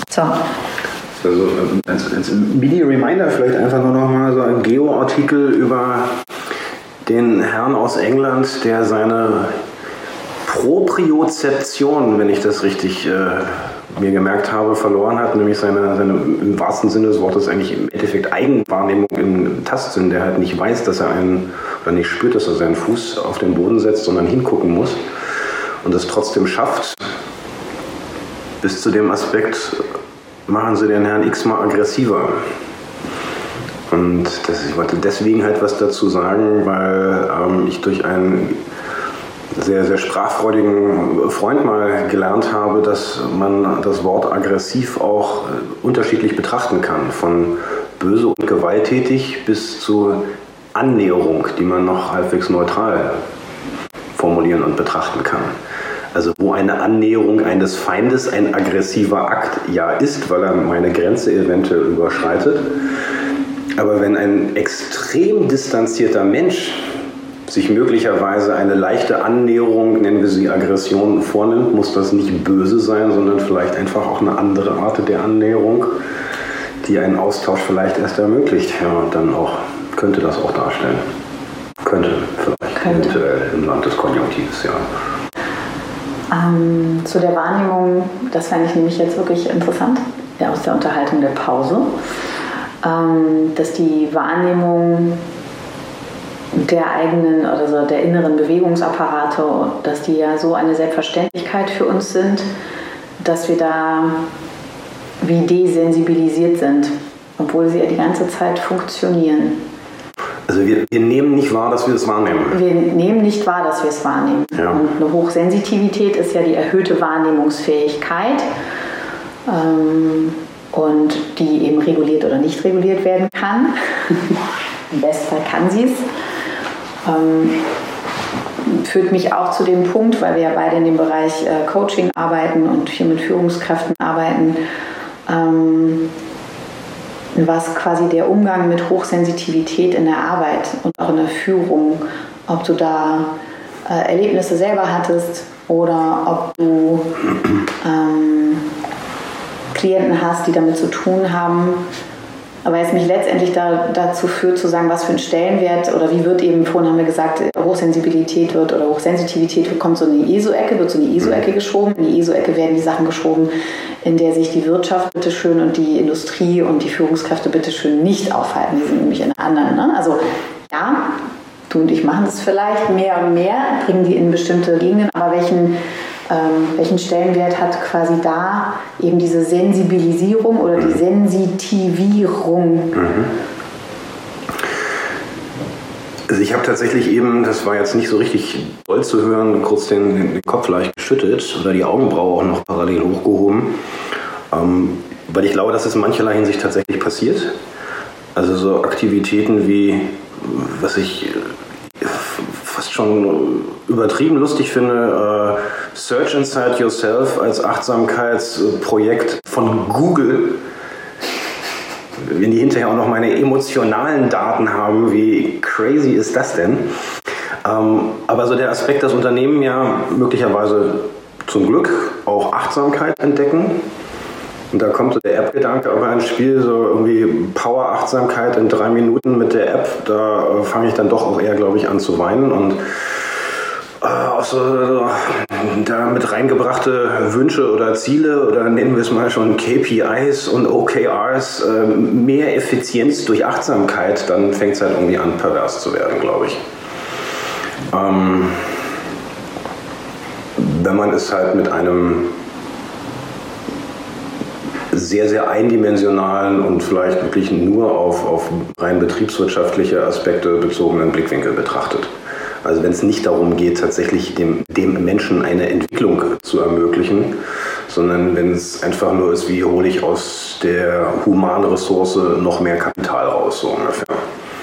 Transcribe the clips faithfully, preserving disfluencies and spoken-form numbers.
So. Also als, als Mini-Reminder vielleicht einfach nur noch mal so ein Geo-Artikel über den Herrn aus England, der seine Propriozeption, wenn ich das richtig äh, mir gemerkt habe, verloren hat, nämlich seine, seine im wahrsten Sinne des Wortes eigentlich im Endeffekt Eigenwahrnehmung im Tastsinn, der halt nicht weiß, dass er einen, oder nicht spürt, dass er seinen Fuß auf den Boden setzt, sondern hingucken muss und es trotzdem schafft, bis zu dem Aspekt, machen Sie den Herrn X mal aggressiver. Und das, ich wollte deswegen halt was dazu sagen, weil ähm, ich durch einen sehr, sehr sprachfreudigen Freund mal gelernt habe, dass man das Wort aggressiv auch unterschiedlich betrachten kann. Von böse und gewalttätig bis zu Annäherung, die man noch halbwegs neutral formulieren und betrachten kann. Also wo eine Annäherung eines Feindes ein aggressiver Akt ja ist, weil er meine Grenze eventuell überschreitet. Aber wenn ein extrem distanzierter Mensch sich möglicherweise eine leichte Annäherung, nennen wir sie Aggression, vornimmt, muss das nicht böse sein, sondern vielleicht einfach auch eine andere Art der Annäherung, die einen Austausch vielleicht erst ermöglicht. Ja, und dann auch könnte das auch darstellen. Könnte vielleicht könnte. Eventuell im Land des Konjunktivs, ja. Ähm, zu der Wahrnehmung, das fand ich nämlich jetzt wirklich interessant, ja, aus der Unterhaltung der Pause, ähm, dass die Wahrnehmung der eigenen oder so der inneren Bewegungsapparate, dass die ja so eine Selbstverständlichkeit für uns sind, dass wir da wie desensibilisiert sind, obwohl sie ja die ganze Zeit funktionieren. Also wir, wir nehmen nicht wahr, dass wir es wahrnehmen. Wir nehmen nicht wahr, dass wir es wahrnehmen. Ja. Und eine Hochsensitivität ist ja die erhöhte Wahrnehmungsfähigkeit ähm, und die eben reguliert oder nicht reguliert werden kann. Im Bestfall kann sie es. Ähm, führt mich auch zu dem Punkt, weil wir ja beide in dem Bereich äh, Coaching arbeiten und viel mit Führungskräften arbeiten, ähm, was quasi der Umgang mit Hochsensitivität in der Arbeit und auch in der Führung, ob du da äh, Erlebnisse selber hattest oder ob du ähm, Klienten hast, die damit zu tun haben. Aber es mich letztendlich da, dazu führt, zu sagen, was für ein Stellenwert oder wie wird eben, vorhin haben wir gesagt, Hochsensibilität wird oder Hochsensitivität kommt so in die E S O-Ecke, wird so in die E S O-Ecke geschoben. In die E S O-Ecke werden die Sachen geschoben, in der sich die Wirtschaft bitteschön und die Industrie und die Führungskräfte bitteschön nicht aufhalten. Die sind nämlich in einer anderen. Ne? Also ja, du und ich machen das vielleicht mehr und mehr, bringen die in bestimmte Gegenden, aber welchen Ähm, welchen Stellenwert hat quasi da eben diese Sensibilisierung oder die Sensitivierung? Mhm. Also ich habe tatsächlich eben, das war jetzt nicht so richtig doll zu hören, kurz den, den Kopf leicht geschüttelt oder die Augenbraue auch noch parallel hochgehoben, ähm, weil ich glaube, dass es in mancherlei Hinsicht tatsächlich passiert. Also so Aktivitäten wie, was ich fast schon übertrieben lustig finde, uh, Search Inside Yourself als Achtsamkeitsprojekt von Google. Wenn die hinterher auch noch meine emotionalen Daten haben, wie crazy ist das denn? Ähm, aber so der Aspekt, dass Unternehmen ja möglicherweise zum Glück auch Achtsamkeit entdecken. Und da kommt so der App-Gedanke aber ins Spiel, so irgendwie Power-Achtsamkeit in drei Minuten mit der App. Da äh, fange ich dann doch auch eher, glaube ich, an zu weinen. Und äh, auch so, so da mit reingebrachte Wünsche oder Ziele oder nennen wir es mal schon K P Is und O K Rs, äh, mehr Effizienz durch Achtsamkeit, dann fängt es halt irgendwie an, pervers zu werden, glaube ich. Ähm, wenn man es halt mit einem sehr, sehr eindimensionalen und vielleicht wirklich nur auf, auf rein betriebswirtschaftliche Aspekte bezogenen Blickwinkel betrachtet. Also wenn es nicht darum geht, tatsächlich dem, dem Menschen eine Entwicklung zu ermöglichen, sondern wenn es einfach nur ist, wie hole ich aus der humanen Ressource noch mehr Kapital raus, so ungefähr.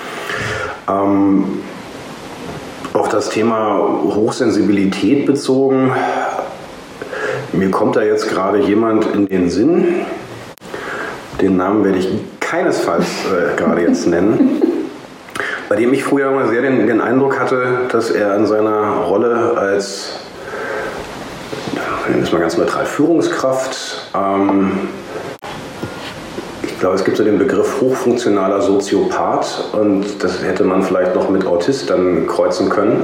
Ähm, auf das Thema Hochsensibilität bezogen, mir kommt da jetzt gerade jemand in den Sinn, den Namen werde ich keinesfalls äh, gerade jetzt nennen, bei dem ich früher mal sehr den, den Eindruck hatte, dass er in seiner Rolle als, nennen wir es mal ganz neutral, Führungskraft, ähm, Ich glaube, es gibt so den Begriff hochfunktionaler Soziopath und das hätte man vielleicht noch mit Autist dann kreuzen können.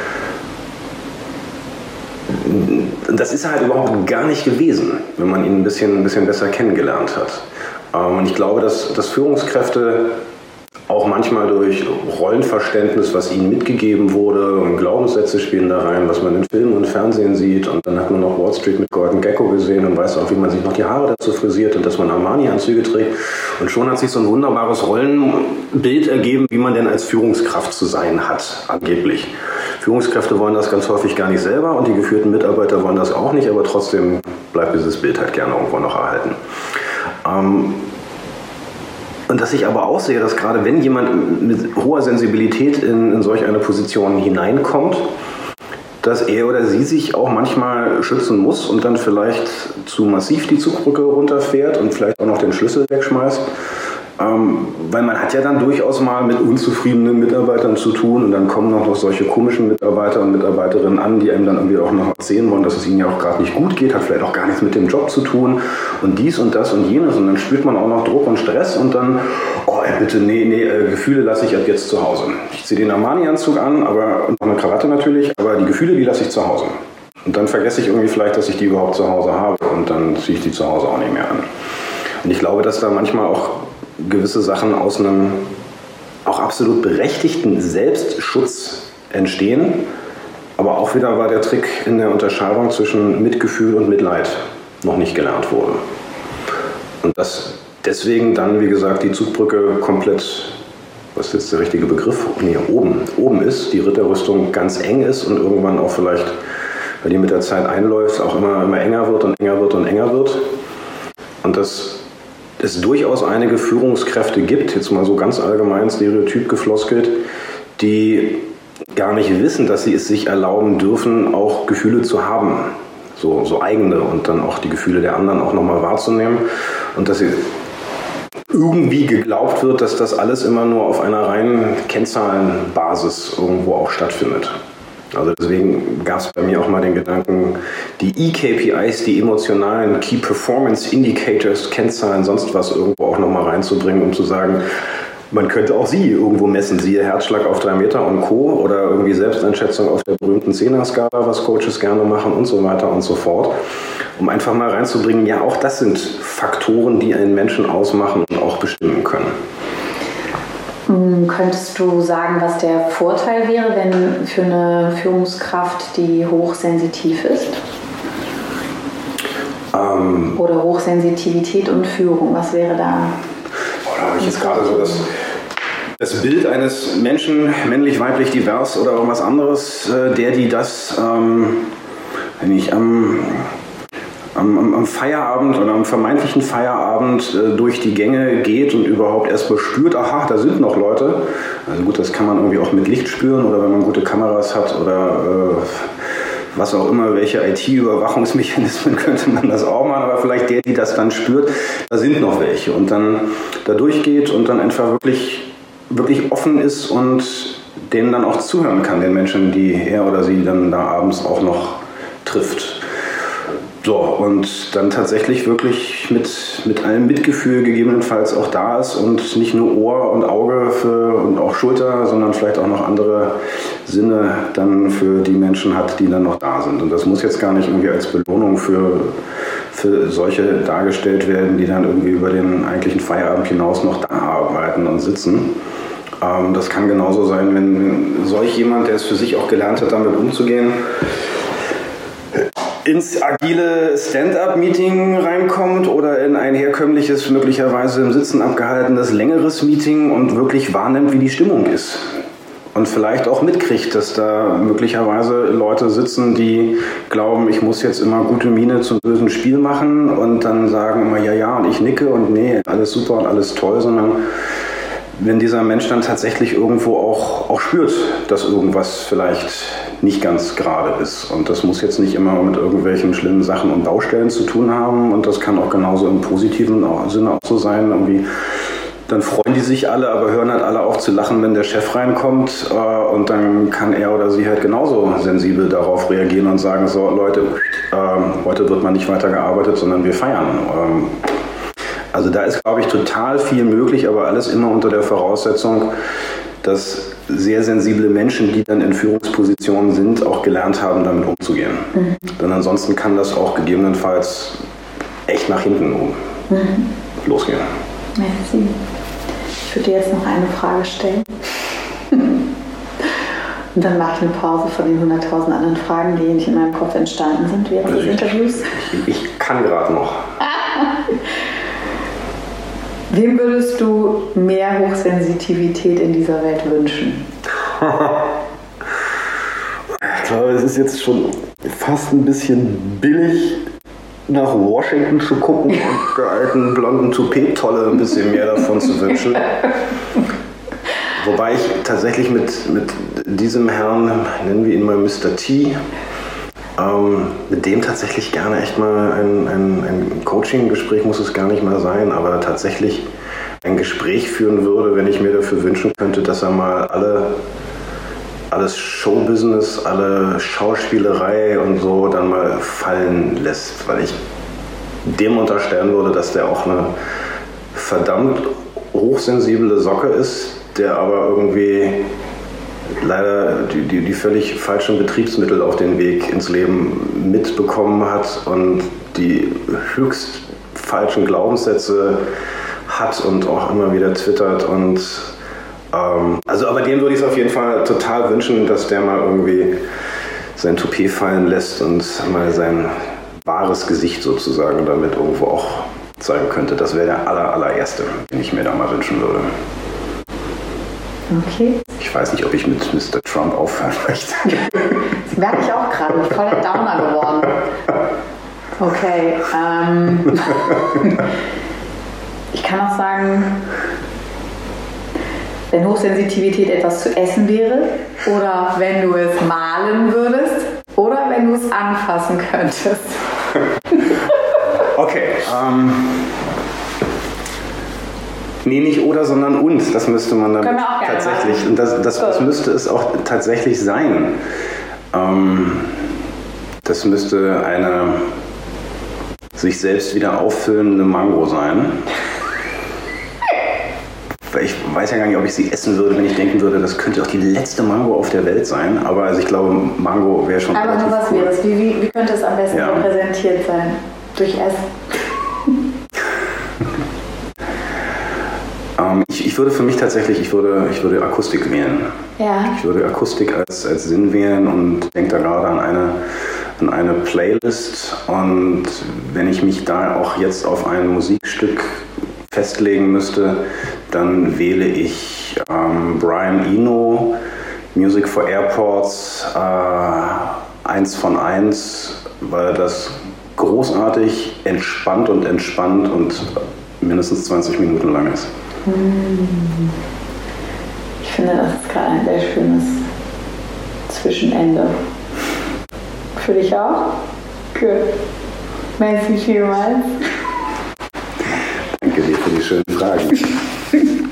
Das ist er halt überhaupt gar nicht gewesen, wenn man ihn ein bisschen, ein bisschen besser kennengelernt hat. Und ich glaube, dass, dass Führungskräfte auch manchmal durch Rollenverständnis, was ihnen mitgegeben wurde, und Glaubenssätze spielen da rein, was man in Filmen und Fernsehen sieht. Und dann hat man noch Wall Street mit Gordon Gekko gesehen und weiß auch, wie man sich noch die Haare dazu frisiert und dass man Armani-Anzüge trägt. Und schon hat sich so ein wunderbares Rollenbild ergeben, wie man denn als Führungskraft zu sein hat, angeblich. Führungskräfte wollen das ganz häufig gar nicht selber und die geführten Mitarbeiter wollen das auch nicht, aber trotzdem bleibt dieses Bild halt gerne irgendwo noch erhalten. Ähm, Und dass ich aber auch sehe, dass gerade wenn jemand mit hoher Sensibilität in, in solch eine Position hineinkommt, dass er oder sie sich auch manchmal schützen muss und dann vielleicht zu massiv die Zugbrücke runterfährt und vielleicht auch noch den Schlüssel wegschmeißt. Ähm, weil man hat ja dann durchaus mal mit unzufriedenen Mitarbeitern zu tun und dann kommen noch solche komischen Mitarbeiter und Mitarbeiterinnen an, die einem dann irgendwie auch noch erzählen wollen, dass es ihnen ja auch gerade nicht gut geht, hat vielleicht auch gar nichts mit dem Job zu tun und dies und das und jenes und dann spürt man auch noch Druck und Stress und dann, oh ey, bitte, nee, nee, äh, Gefühle lasse ich ab jetzt zu Hause. Ich ziehe den Armani-Anzug an, aber und noch eine Krawatte natürlich, aber die Gefühle, die lasse ich zu Hause. Und dann vergesse ich irgendwie vielleicht, dass ich die überhaupt zu Hause habe und dann ziehe ich die zu Hause auch nicht mehr an. Und ich glaube, dass da manchmal auch gewisse Sachen aus einem auch absolut berechtigten Selbstschutz entstehen. Aber auch wieder war der Trick in der Unterscheidung zwischen Mitgefühl und Mitleid noch nicht gelernt wurde. Und dass deswegen dann, wie gesagt, die Zugbrücke komplett, was ist jetzt der richtige Begriff? Nee, oben, oben ist, die Ritterrüstung ganz eng ist und irgendwann auch vielleicht, weil die mit der Zeit einläuft, auch immer, immer enger wird und enger wird und enger wird. Und das es durchaus einige Führungskräfte gibt, jetzt mal so ganz allgemein stereotyp gefloskelt, die gar nicht wissen, dass sie es sich erlauben dürfen, auch Gefühle zu haben, so, so eigene und dann auch die Gefühle der anderen auch nochmal wahrzunehmen und dass sie irgendwie geglaubt wird, dass das alles immer nur auf einer reinen Kennzahlenbasis irgendwo auch stattfindet. Also deswegen gab es bei mir auch mal den Gedanken, die E K P Is, die emotionalen Key Performance Indicators, Kennzahlen, sonst was irgendwo auch nochmal reinzubringen, um zu sagen, man könnte auch sie irgendwo messen, siehe Herzschlag auf drei Meter und Co. oder irgendwie Selbsteinschätzung auf der berühmten Zehner-Skala, was Coaches gerne machen und so weiter und so fort. Um einfach mal reinzubringen, ja, auch das sind Faktoren, die einen Menschen ausmachen und auch bestimmen können. Könntest du sagen, was der Vorteil wäre, wenn für eine Führungskraft, die hochsensitiv ist? Ähm, Oder Hochsensitivität und Führung, was wäre da? Oh, da habe ich jetzt gerade so das, das Bild eines Menschen, männlich, weiblich, divers oder irgendwas anderes, der, die das, ähm, wenn ich am... Am, am Feierabend oder am vermeintlichen Feierabend äh, durch die Gänge geht und überhaupt erst mal spürt, aha, da sind noch Leute. Also gut, das kann man irgendwie auch mit Licht spüren oder wenn man gute Kameras hat oder äh, was auch immer, welche I T-Überwachungsmechanismen könnte man das auch machen, aber vielleicht der, die das dann spürt, da sind noch welche und dann da durchgeht und dann einfach wirklich, wirklich offen ist und denen dann auch zuhören kann, den Menschen, die er oder sie dann da abends auch noch trifft. So, und dann tatsächlich wirklich mit, mit allem Mitgefühl gegebenenfalls auch da ist und nicht nur Ohr und Auge für, und auch Schulter, sondern vielleicht auch noch andere Sinne dann für die Menschen hat, die dann noch da sind. Und das muss jetzt gar nicht irgendwie als Belohnung für, für solche dargestellt werden, die dann irgendwie über den eigentlichen Feierabend hinaus noch da arbeiten und sitzen. Ähm, das kann genauso sein, wenn solch jemand, der es für sich auch gelernt hat, damit umzugehen, ins agile Stand-up-Meeting reinkommt oder in ein herkömmliches, möglicherweise im Sitzen abgehaltenes, längeres Meeting und wirklich wahrnimmt, wie die Stimmung ist. Und vielleicht auch mitkriegt, dass da möglicherweise Leute sitzen, die glauben, ich muss jetzt immer gute Miene zum bösen Spiel machen und dann sagen immer ja, ja und ich nicke und nee, alles super und alles toll, sondern wenn dieser Mensch dann tatsächlich irgendwo auch, auch spürt, dass irgendwas vielleicht nicht ganz gerade ist. Und das muss jetzt nicht immer mit irgendwelchen schlimmen Sachen und Baustellen zu tun haben. Und das kann auch genauso im positiven Sinne auch so sein. Irgendwie, dann freuen die sich alle, aber hören halt alle auf zu lachen, wenn der Chef reinkommt. Und dann kann er oder sie halt genauso sensibel darauf reagieren und sagen, so Leute, äh, heute wird mal nicht weiter gearbeitet, sondern wir feiern. Ähm, Also da ist, glaube ich, total viel möglich, aber alles immer unter der Voraussetzung, dass sehr sensible Menschen, die dann in Führungspositionen sind, auch gelernt haben, damit umzugehen. Mhm. Denn ansonsten kann das auch gegebenenfalls echt nach hinten um mhm. losgehen. Merci. Ich würde dir jetzt noch eine Frage stellen. Und dann mache ich eine Pause von den hunderttausend anderen Fragen, die nicht in meinem Kopf entstanden sind während des Interviews. Ich, ich kann gerade noch. Wem würdest du mehr Hochsensitivität in dieser Welt wünschen? Ich glaube, es ist jetzt schon fast ein bisschen billig, nach Washington zu gucken und der alten blonden Toupet-Tolle ein bisschen mehr davon zu wünschen. Wobei ich tatsächlich mit, mit diesem Herrn, nennen wir ihn mal Mister T, ähm, mit dem tatsächlich gerne echt mal ein, ein, ein Coaching-Gespräch, muss es gar nicht mal sein, aber tatsächlich ein Gespräch führen würde, wenn ich mir dafür wünschen könnte, dass er mal alle, alles Showbusiness, alle Schauspielerei und so dann mal fallen lässt, weil ich dem unterstellen würde, dass der auch eine verdammt hochsensible Socke ist, der aber irgendwie leider die, die, die völlig falschen Betriebsmittel auf den Weg ins Leben mitbekommen hat und die höchst falschen Glaubenssätze hat und auch immer wieder twittert. Und ähm, also aber dem würde ich es auf jeden Fall total wünschen, dass der mal irgendwie sein Toupet fallen lässt und mal sein wahres Gesicht sozusagen damit irgendwo auch zeigen könnte. Das wäre der aller, allererste, den ich mir da mal wünschen würde. Okay. Ich weiß nicht, ob ich mit Mister Trump aufhören möchte. Das merke ich auch gerade. Voll der Downer geworden. Okay. Ähm, ich kann auch sagen, wenn Hochsensitivität etwas zu essen wäre oder wenn du es malen würdest oder wenn du es anfassen könntest. Okay. Ähm, nee, nicht oder, sondern und. Das müsste man dann tatsächlich. Machen. Und das, das, das müsste es auch tatsächlich sein. Ähm, das müsste eine sich selbst wieder auffüllende Mango sein. Ich weiß ja gar nicht, ob ich sie essen würde, wenn ich denken würde, das könnte auch die letzte Mango auf der Welt sein. Aber also ich glaube, Mango wäre schon. Aber nur was cool. wäre es? Wie, wie, wie könnte es am besten ja. repräsentiert sein? Durch Essen? ähm, ich, ich würde für mich tatsächlich, ich würde, ich würde Akustik wählen. Ja. Ich würde Akustik als, als Sinn wählen und denke da gerade an eine, an eine Playlist. Und wenn ich mich da auch jetzt auf ein Musikstück festlegen müsste, dann wähle ich ähm, Brian Eno, Music for Airports, äh, eins von eins, weil das großartig, entspannt und entspannt und mindestens zwanzig Minuten lang ist. Ich finde, das ist gerade ein sehr schönes Zwischenende. Für dich auch? Gut. Merci vielmals. Danke dir für die schönen Fragen.